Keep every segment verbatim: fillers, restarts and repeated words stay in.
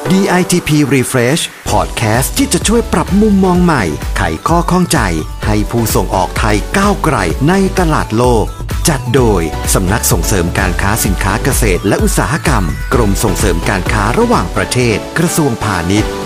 ดี ไอ ที พี Refresh Podcast ที่จะช่วยปรับมุมมองใหม่ไขข้อข้องใจให้ผู้ส่งออกไทยก้าวไกลในตลาดโลกจัดโดยสำนักส่งเสริมการค้าสินค้าเกษตรและอุตสาหกรรมกรมส่งเสริมการค้าระหว่างประเทศกระทรวงพาณิชย์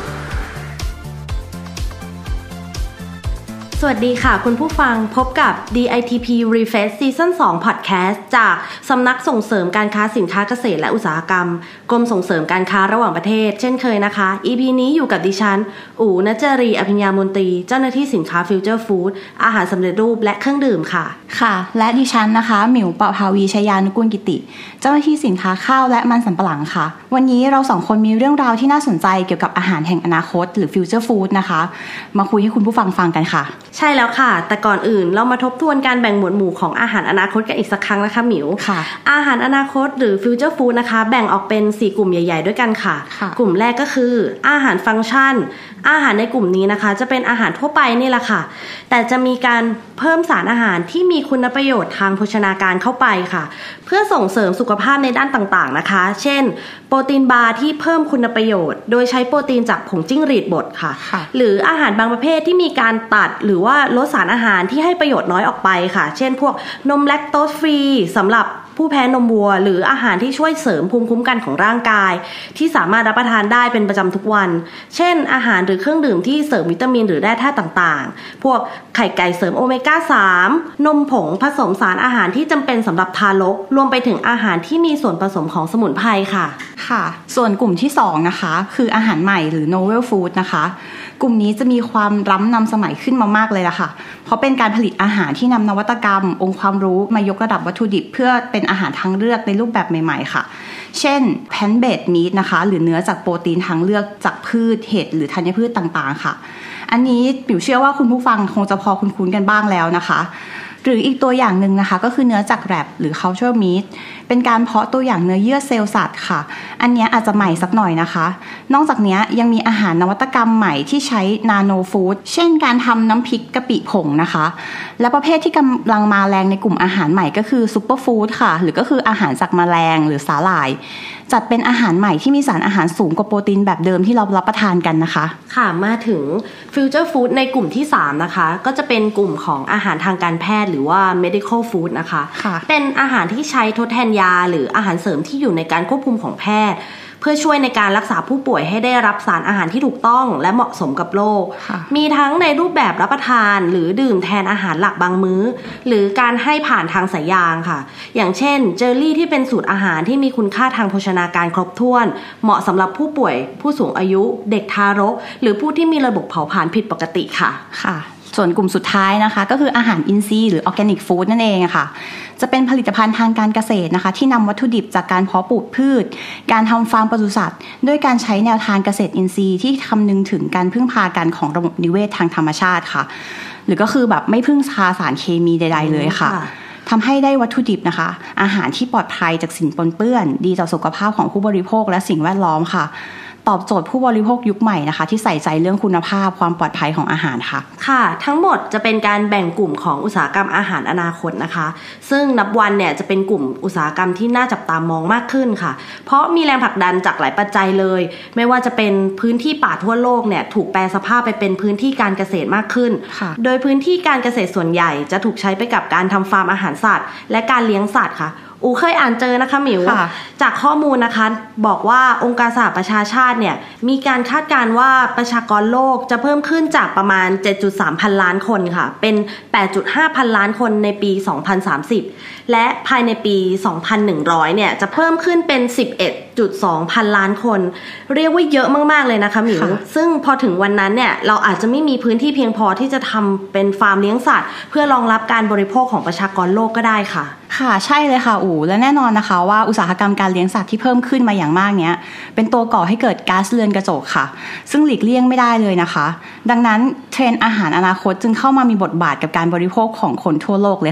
สวัสดีค่ะคุณผู้ฟังพบกับ ดี ไอ ที พี Refresh Season สอง Podcast จากสำนักส่งเสริมการค้าสินค้าเกษตรและอุตสาหกรรมกรมส่งเสริมการค้าระหว่างประเทศเช่นเคยนะคะ อี พี นี้อยู่กับดิฉันอู๋ณจรีอภิญญามนตรีเจ้าหน้าที่สินค้า Future Food อาหารสำเร็จรูปและเครื่องดื่มค่ะค่ะและดิฉันนะคะหมิวปภาวีชยานุกูลกิติเจ้าหน้าที่สินค้าข้าวและมันสำปะหลังค่ะวันนี้เราสองคนมีเรื่องราวที่น่าสนใจเกี่ยวกับอาหารแห่งอนาคตหรือ Future Food นะคะมาคุยให้คุณผู้ฟังฟังกันค่ะใช่แล้วค่ะแต่ก่อนอื่นเรามาทบทวนการแบ่งหมวดหมู่ของอาหารอนาคตกันอีกสักครั้งนะคะหมิวค่ะอาหารอนาคตหรือ Future Food นะคะแบ่งออกเป็นสี่กลุ่มใหญ่ๆด้วยกันค่ะกลุ่มแรกก็คืออาหารฟังก์ชันอาหารในกลุ่มนี้นะคะจะเป็นอาหารทั่วไปนี่แหละค่ะแต่จะมีการเพิ่มสารอาหารที่มีคุณประโยชน์ทางโภชนาการเข้าไปค่ะเพื่อส่งเสริมสุขภาพในด้านต่างๆนะคะเช่นโปรตีนบาร์ที่เพิ่มคุณประโยชน์โดยใช้โปรตีนจากผงจิ้งหรีดบดค่ะหรืออาหารบางประเภทที่มีการตัดหรือว่าลดสารอาหารที่ให้ประโยชน์น้อยออกไปค่ะเช่นพวกนมแลคโตสฟรีสำหรับผู้แพ้นมวัวหรืออาหารที่ช่วยเสริมภูมิคุ้มกันของร่างกายที่สามารถรับประทานได้เป็นประจำทุกวันเช่นอาหารหรือเครื่องดื่มที่เสริมวิตามินหรือแร่ธาตุต่างๆพวกไข่ไก่เสริมโอเมก้าสามนมผงผสมสารอาหารที่จำเป็นสำหรับทารกรวมไปถึงอาหารที่มีส่วนผสมของสมุนไพรค่ะค่ะส่วนกลุ่มที่สองนะคะคืออาหารใหม่หรือ novel food นะคะกลุ่มนี้จะมีความล้ำนำสมัยขึ้นมามากเลยล่ะค่ะเพราะเป็นการผลิตอาหารที่นำนวัตกรรมองค์ความรู้มายกระดับวัตถุดิบเพื่อเป็นอาหารทางเลือกในรูปแบบใหม่ๆค่ะเช่น plant based meat นะคะหรือเนื้อจากโปรตีนทางเลือกจากพืชเห็ดหรือธัญพืชต่างๆค่ะอันนี้ปิ๋วเชื่อว่าคุณผู้ฟังคงจะพอคุ้นๆกันบ้างแล้วนะคะหรืออีกตัวอย่างหนึ่งนะคะก็คือเนื้อจากแรปหรือ culture meat เป็นการเพาะตัวอย่างเนื้อเยื่อเซลล์สัตว์ค่ะอันนี้อาจจะใหม่สักหน่อยนะคะนอกจากนี้ยังมีอาหารนวัตกรรมใหม่ที่ใช้นาโนฟู้ดเช่นการทำน้ำพริกกะปิผงนะคะและประเภทที่กำลังมาแรงในกลุ่มอาหารใหม่ก็คือซูเปอร์ฟู้ดค่ะหรือก็คืออาหารจากแมลงหรือสาหร่ายจัดเป็นอาหารใหม่ที่มีสารอาหารสูงกว่าโปรตีนแบบเดิมที่เรารับประทานกันนะคะค่ะมาถึง Future Food ในกลุ่มที่สามนะคะก็จะเป็นกลุ่มของอาหารทางการแพทย์หรือว่า medical food นะคะเป็นอาหารที่ใช้ทดแทนยาหรืออาหารเสริมที่อยู่ในการควบคุมของแพทย์เพื่อช่วยในการรักษาผู้ป่วยให้ได้รับสารอาหารที่ถูกต้องและเหมาะสมกับโรคมีทั้งในรูปแบบรับประทานหรือดื่มแทนอาหารหลักบางมื้อหรือการให้ผ่านทางสายยางค่ะอย่างเช่นเจลลี่ที่เป็นสูตรอาหารที่มีคุณค่าทางโภชนาการครบถ้วนเหมาะสำหรับผู้ป่วยผู้สูงอายุเด็กทารกหรือผู้ที่มีระบบเผาผลาญผิดปกติค่ะค่ะส่วนกลุ่มสุดท้ายนะคะก็คืออาหารอินทรีย์หรือออร์แกนิกฟู้ดนั่นเองค่ะจะเป็นผลิตภัณฑ์ทางการเกษตรนะคะที่นำวัตถุดิบจากการเพาะปลูกพืชการทำฟาร์มปศุสัตว์ด้วยการใช้แนวทางเกษตรอินทรีย์ที่คำนึงถึงการพึ่งพากันของระบบนิเวศทางธรรมชาติค่ะหรือก็คือแบบไม่พึ่งพาสารเคมีใดๆเลยค่ะทำให้ได้วัตถุดิบนะคะอาหารที่ปลอดภัยจากสิ่งปนเปื้อนดีต่อสุขภาพของผู้บริโภคและสิ่งแวดล้อมค่ะตอบโจทย์ผู้บริโภคยุคใหม่นะคะที่ใส่ใจเรื่องคุณภาพความปลอดภัยของอาหารค่ะค่ะทั้งหมดจะเป็นการแบ่งกลุ่มของอุตสาหกรรมอาหารอนาคตนะคะซึ่งนับวันเนี่ยจะเป็นกลุ่มอุตสาหกรรมที่น่าจับตามองมากขึ้นค่ะเพราะมีแรงผลักดันจากหลายปัจจัยเลยไม่ว่าจะเป็นพื้นที่ป่าทั่วโลกเนี่ยถูกแปรสภาพไปเป็นพื้นที่การเกษตรมากขึ้นโดยพื้นที่การเกษตรส่วนใหญ่จะถูกใช้ไปกับการทำฟาร์มอาหารสัตว์และการเลี้ยงสัตว์ค่ะอูเคยอ่านเจอนะคะหมิวจากข้อมูลนะคะบอกว่าองค์การสหประชาชาติเนี่ยมีการคาดการณ์ว่าประชากรโลกจะเพิ่มขึ้นจากประมาณ เจ็ดจุดสาม พันล้านคนค่ะเป็น แปดจุดห้า พันล้านคนในปีสองพันสามสิบและภายในปีสองพันหนึ่งร้อยเนี่ยจะเพิ่มขึ้นเป็น สิบเอ็ดจุดสอง พันล้านคนเรียกว่าเยอะมากๆเลยนะคะหมิวซึ่งพอถึงวันนั้นเนี่ยเราอาจจะไม่มีพื้นที่เพียงพอที่จะทำเป็นฟาร์มเลี้ยงสัตว์เพื่อรองรับการบริโภคของประชากรโลกก็ได้ค่ะค่ะใช่เลยค่ะอู๋และแน่นอนนะคะว่าอุตสาหกรรมการเลี้ยงสัตว์ที่เพิ่มขึ้นมาอย่างมากเนี้ยเป็นตัวก่อให้เกิดก๊าซเรือนกระจกค่ะซึ่งหลีกเลี่ยงไม่ได้เลยนะคะดังนั้นเทรนด์อาหารอนาคตจึงเข้ามามีบทบาทกับการบริโภคของคนทั่วโลกเลยค่ะ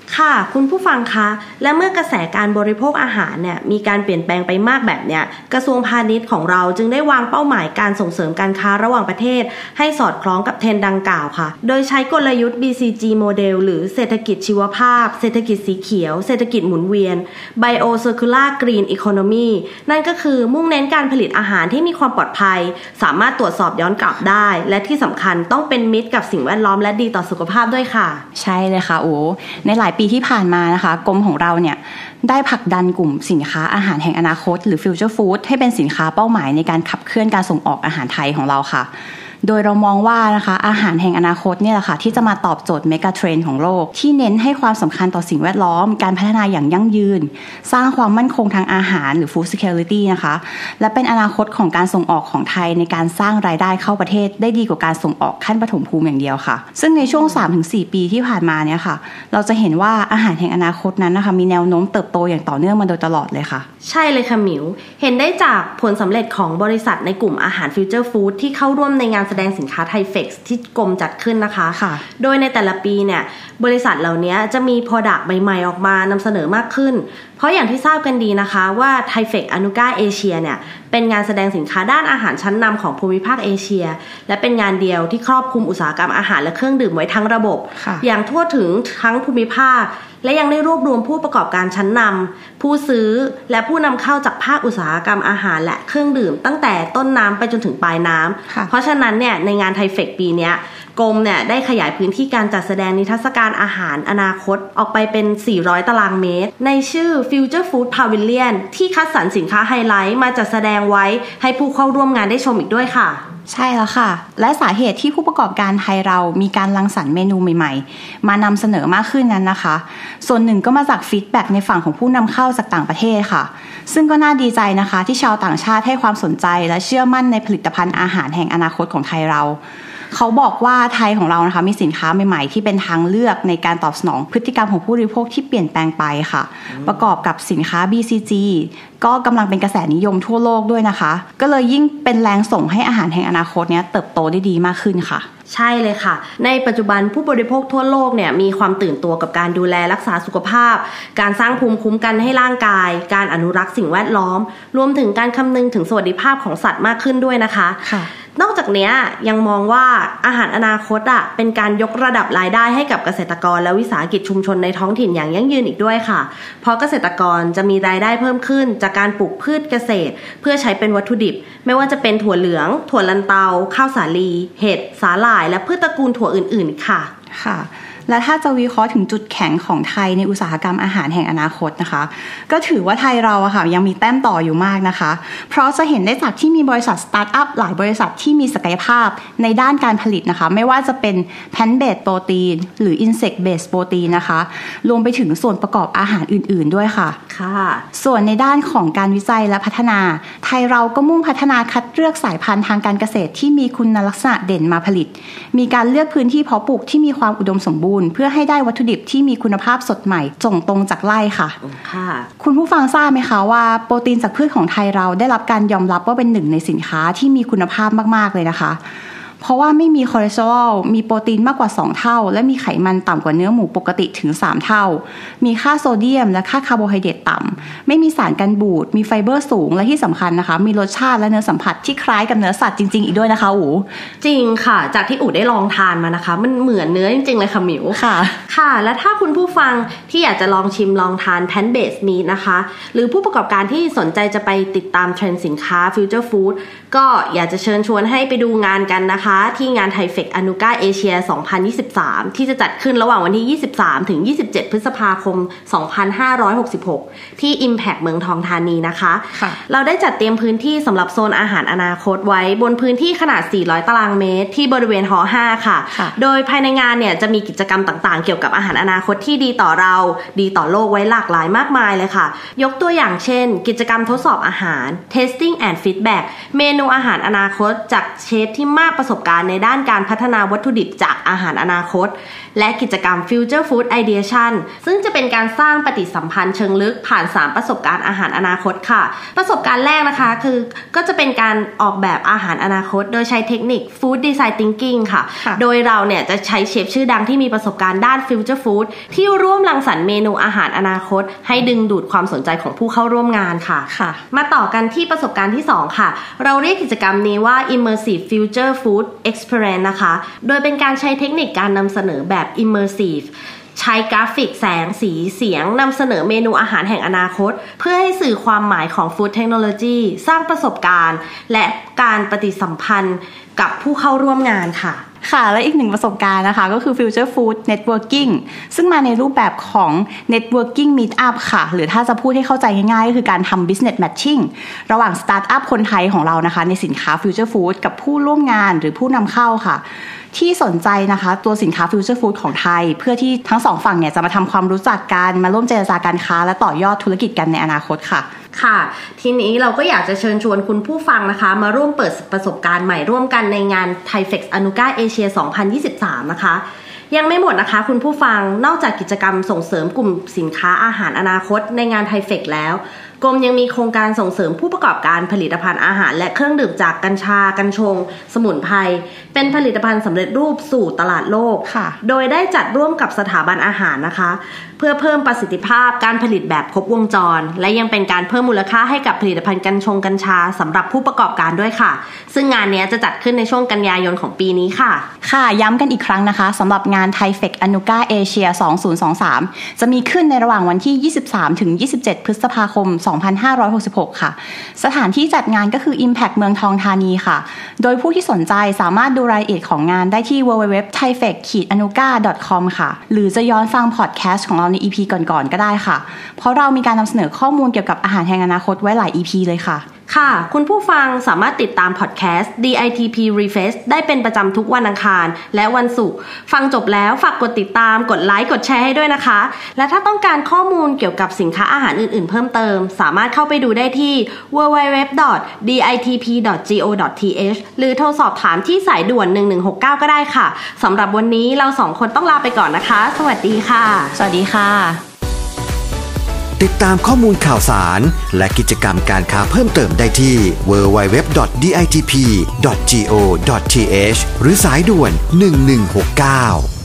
ค่ะคุณผู้ฟังคะและเมื่อกระแสการบริโภคอาหารเนี่ยมีการเปลี่ยนแปลงไปมากแบบเนี้ยกระทรวงพาณิชย์ของเราจึงได้วางเป้าหมายการส่งเสริมการค้าระหว่างประเทศให้สอดคล้องกับเทรนด์ดังกล่าวค่ะโดยใช้กลยุทธ์ บี ซี จี Model หรือเศรษฐกิจชีวภาพเศรษฐกิจสีเขียวเศรษฐกิจหมุนเวียน Bio Circular Green Economy นั่นก็คือมุ่งเน้นการผลิตอาหารที่มีความปลอดภัยสามารถตรวจสอบย้อนกลับได้และที่สำคัญต้องเป็นมิตรกับสิ่งแวดล้อมและดีต่อสุขภาพด้วยค่ะใช่เลยค่ะโอ้ในหลายปีที่ผ่านมานะคะกรมของเราเนี่ยได้ผลักดันกลุ่มสินค้าอาหารแห่งอนาคตหรือ Future Food ให้เป็นสินค้าเป้าหมายในการขับเคลื่อนการส่งออกอาหารไทยของเราค่ะโดยเรามองว่านะคะอาหารแห่งอนาคตเนี่ยแหละค่ะที่จะมาตอบโจทย์เมกะเทรนด์ของโลกที่เน้นให้ความสำคัญต่อสิ่งแวดล้อมการพัฒนาอย่างยั่งยืนสร้างความมั่นคงทางอาหารหรือ Food Security นะคะและเป็นอนาคตของการส่งออกของไทยในการสร้างรายได้เข้าประเทศได้ดีกว่าการส่งออกขั้นปฐมภูมิอย่างเดียวค่ะซึ่งในช่วง สามถึงสี่ ปีที่ผ่านมาเนี่ยค่ะเราจะเห็นว่าอาหารแห่งอนาคตนั้นนะคะมีแนวโน้มเติบโตอย่างต่อเนื่องมาโดยตลอดเลยค่ะใช่เลยค่ะหมิวเห็นได้จากผลสำเร็จของบริษัทในกลุ่มอาหาร Future Food ที่เข้าร่วมในงานแสดงสินค้าไทยที่กรมจัดขึ้นนะคะโดยในแต่ละปีเนี่ยบริษัทเหล่านี้จะมี product ใหม่ๆออกมานำเสนอมากขึ้นเพราะอย่างที่ทราบกันดีนะคะว่า Thai-Fec Anuga Asia เนี่ยเป็นงานแสดงสินค้าด้านอาหารชั้นนำของภูมิภาคเอเชียและเป็นงานเดียวที่ครอบคลุมอุตสาหกรรมอาหารและเครื่องดื่มไว้ทั้งระบบอย่างทั่วถึงทั้งภูมิภาคและยังได้รวบรวมผู้ประกอบการชั้นนำผู้ซื้อและผู้นำเข้าจากภาคอุตสาหกรรมอาหารและเครื่องดื่มตั้งแต่ต้นน้ำไปจนถึงปลายน้ำเพราะฉะนั้นเนี่ยในงานไทเฟคปีนี้กรมเนี่ยได้ขยายพื้นที่การจัดแสดงนิทรรศการอาหารอนาคตออกไปเป็นสี่ร้อยตารางเมตรในชื่อ Future Food Pavilion ที่คัดสรรสินค้าไฮไลท์มาจัดแสดงไว้ให้ผู้เข้าร่วมงานได้ชมอีกด้วยค่ะใช่แล้วค่ะและสาเหตุที่ผู้ประกอบการไทยเรามีการรังสรรค์เมนูใหม่ๆมานำเสนอมากขึ้นนั้นนะคะส่วนหนึ่งก็มาจากฟีดแบ็กในฝั่งของผู้นำเข้าจากต่างประเทศค่ะซึ่งก็น่าดีใจนะคะที่ชาวต่างชาติให้ความสนใจและเชื่อมั่นในผลิตภัณฑ์อาหารแห่งอนาคตของไทยเราเขาบอกว่าไทยของเรานะคะมีสินค้าใหม่ๆที่เป็นทางเลือกในการตอบสนองพฤติกรรมของผู้บริโภคที่เปลี่ยนแปลงไปค่ะประกอบกับสินค้า บี ซี จี ก็กำลังเป็นกระแสนิยมทั่วโลกด้วยนะคะก็เลยยิ่งเป็นแรงส่งให้อาหารแห่งอนาคตเนี้ยเติบโตได้ดีมากขึ้นค่ะใช่เลยค่ะในปัจจุบันผู้บริโภคทั่วโลกเนี่ยมีความตื่นตัวกับการดูแลรักษาสุขภาพการสร้างภูมิคุ้มกันให้ร่างกายการอนุรักษ์สิ่งแวดล้อมรวมถึงการคำนึงถึงสวัสดิภาพของสัตว์มากขึ้นด้วยนะคะค่ะนอกจากนี้ยังมองว่าอาหารอนาคตอ่ะเป็นการยกระดับรายได้ให้กับเกษตรกรและวิสาหกิจชุมชนในท้องถิ่นอย่างยั่งยืนอีกด้วยค่ะเพราะเกษตรกรจะมีรายได้เพิ่มขึ้นจากการปลูกพืชเกษตรเพื่อใช้เป็นวัตถุดิบไม่ว่าจะเป็นถั่วเหลืองถั่วลันเตาข้าวสาลีเห็ดสาหร่ายและพืชตระกูลถั่วอื่นๆค่ะค่ะและถ้าจะวิเคราะห์ถึงจุดแข็งของไทยในอุตสาหกรรมอาหารแห่งอนาคตนะคะก็ถือว่าไทยเราอะค่ะยังมีแต้มต่ออยู่มากนะคะเพราะจะเห็นได้จากที่มีบริษัทสตาร์ทอัพหลายบริษัทที่มีศักยภาพในด้านการผลิตนะคะไม่ว่าจะเป็น Plant Based Protein หรือ Insect Based Protein นะคะรวมไปถึงส่วนประกอบอาหารอื่นๆด้วยค่ะค่ะส่วนในด้านของการวิจัยและพัฒนาไทยเราก็มุ่งพัฒนาคัดเลือกสายพันธุ์ทางการเกษตรที่มีคุณลักษณะเด่นมาผลิตมีการเลือกพื้นที่เพาะปลูกที่มีความอุดมสมบูรณ์เพื่อให้ได้วัตถุดิบที่มีคุณภาพสดใหม่ส่งตรงจากไร่ค่ะค่ะคุณผู้ฟังทราบไหมคะว่าโปรตีนจากพืชของไทยเราได้รับการยอมรับว่าเป็นหนึ่งในสินค้าที่มีคุณภาพมากๆเลยนะคะเพราะว่าไม่มีคอเลสเตอรอลมีโปรตีนมากกว่าสองเท่าและมีไขมันต่ำกว่าเนื้อหมูปกติถึงสามเท่ามีค่าโซเดียมและค่าคาร์โบไฮเดรตต่ำไม่มีสารกันบูดมีไฟเบอร์สูงและที่สำคัญนะคะมีรสชาติและเนื้อสัมผัสที่คล้ายกับเนื้อสัตว์จริงๆอีกด้วยนะคะอู๋จริงค่ะจากที่อู๋ได้ลองทานมานะคะมันเหมือนเนื้อจริงๆเลยค่ะหมิวค่ะค่ะและถ้าคุณผู้ฟังที่อยากจะลองชิมลองทาน Plant Based Meat นะคะหรือผู้ประกอบการที่สนใจจะไปติดตามเทรนด์สินค้า Future Food ก็อยากจะเชิญชวนให้ไปดูงานกันนะคะที่งานไทเฟคอนุก้าเอเชียสองพันยี่สิบสามที่จะจัดขึ้นระหว่างวันที่ยี่สิบสามถึงยี่สิบเจ็ดพฤษภาคมสองพันห้าร้อยหกสิบหกที่ Impact เมืองทองธานีนะคะเราได้จัดเตรียมพื้นที่สำหรับโซนอาหารอนาคตไว้บนพื้นที่ขนาดสี่ร้อยตารางเมตรที่บริเวณหอห้าค่ะโดยภายในงานเนี่ยจะมีกิจกรรมต่างๆเกี่ยวกับอาหารอนาคตที่ดีต่อเราดีต่อโลกไว้หลากหลายมากมายเลยค่ะยกตัวอย่างเช่นกิจกรรมทดสอบอาหาร Tasting and Feedback เมนูอาหารอนาคตจากเชฟที่มากประสบการณ์ในด้านการพัฒนาวัตถุดิบจากอาหารอนาคตและกิจกรรม Future Food Ideation ซึ่งจะเป็นการสร้างปฏิสัมพันธ์เชิงลึกผ่านสามประสบการณ์อาหารอนาคตค่ะประสบการณ์แรกนะคะคือก็จะเป็นการออกแบบอาหารอนาคตโดยใช้เทคนิค Food Design Thinking ค่ะโดยเราเนี่ยจะใช้เชฟชื่อดังที่มีประสบการณ์ด้าน Future Food ที่ร่วมรังสรรค์เมนูอาหารอนาคตให้ดึงดูดความสนใจของผู้เข้าร่วมงานค่ะค่ะมาต่อกันที่ประสบการณ์ที่สองค่ะเราเรียกกิจกรรมนี้ว่า Immersive Future Food Experience นะคะโดยเป็นการใช้เทคนิคการนำเสนอแบบ Immersiveใช้กราฟิกแสงสีเสียงนำเสนอเมนูอาหารแห่งอนาคตเพื่อให้สื่อความหมายของ Food Technology สร้างประสบการณ์และการปฏิสัมพันธ์กับผู้เข้าร่วมงานค่ะค่ะและอีกหนึ่งประสบการณ์นะคะก็คือ Future Food Networking ซึ่งมาในรูปแบบของ Networking Meetup ค่ะหรือถ้าจะพูดให้เข้าใจง่ายๆก็คือการทำ Business Matching ระหว่างสตาร์ทอัพคนไทยของเรานะคะในสินค้า Future Food กับผู้ร่วมงานหรือผู้นำเข้าค่ะที่สนใจนะคะตัวสินค้า Future Food ของไทยเพื่อที่ทั้งสองฝั่งเนี่ยจะมาทำความรู้จักกันมาร่วมเจรจาการค้าและต่อยอดธุรกิจกันในอนาคตค่ะค่ะทีนี้เราก็อยากจะเชิญชวนคุณผู้ฟังนะคะมาร่วมเปิดประสบการณ์ใหม่ร่วมกันในงาน Thai-Fex Anuga Asia สองพันยี่สิบสามนะคะยังไม่หมดนะคะคุณผู้ฟังนอกจากกิจกรรมส่งเสริมกลุ่มสินค้าอาหารอนาคตในงาน Thai-Fex แล้วกรมยังมีโครงการส่งเสริมผู้ประกอบการผลิตภัณฑ์อาหารและเครื่องดื่มจากกัญชากัญชงสมุนไพรเป็นผลิตภัณฑ์สำเร็จรูปสู่ตลาดโลกโดยได้จัดร่วมกับสถาบันอาหารนะคะเพื่อเพิ่มประสิทธิภาพการผลิตแบบครบวงจรและยังเป็นการเพิ่มมูลค่าให้กับผลิตภัณฑ์กัญชงกัญชาสำหรับผู้ประกอบการด้วยค่ะซึ่งงานนี้จะจัดขึ้นในช่วงกันยายนของปีนี้ค่ะค่ะย้ำกันอีกครั้งนะคะสำหรับงาน Thai-Fex Anuga Asia สองพันยี่สิบสามจะมีขึ้นในระหว่างวันที่ยี่สิบสามถึงยี่สิบเจ็ดพฤษภาคมสองพันห้าร้อยหกสิบหกค่ะสถานที่จัดงานก็คือ Impact เมืองทองธานีค่ะโดยผู้ที่สนใจสามารถดูรายละเอียดของงานได้ที่ ดับเบิลยู ดับเบิลยู ดับเบิลยู ดอท ไทเฟก อนูกา ดอท คอม ค่ะหรือจะย้อนฟังพอดแคสต์ของเราใน อี พี ก่อนๆก็ได้ค่ะเพราะเรามีการนำเสนอข้อมูลเกี่ยวกับอาหารแห่งอนาคตไว้หลาย อี พี เลยค่ะค่ะคุณผู้ฟังสามารถติดตามพอดแคสต์ ดี ไอ ที พี Refresh ได้เป็นประจำทุกวันอังคารและวันศุกร์ฟังจบแล้วฝากกดติดตามกดไลค์กดแชร์ให้ด้วยนะคะและถ้าต้องการข้อมูลเกี่ยวกับสินค้าอาหารอื่นๆเพิ่มเติมสามารถเข้าไปดูได้ที่ ดับเบิลยู ดับเบิลยู ดับเบิลยู ดอท ดี ไอ ที พี ดอท จี โอ ดอท ที เอช หรือโทรสอบถามที่สายด่วนหนึ่งหนึ่งหกเก้าก็ได้ค่ะสำหรับวันนี้เราสองคนต้องลาไปก่อนนะคะสวัสดีค่ะสวัสดีค่ะติดตามข้อมูลข่าวสารและกิจกรรมการค้าเพิ่มเติมได้ที่ ดับเบิลยู ดับเบิลยู ดับเบิลยู ดอท ดี ไอ ที พี ดอท จี โอ ดอท ที เอช หรือสายด่วนหนึ่งหนึ่งหกเก้า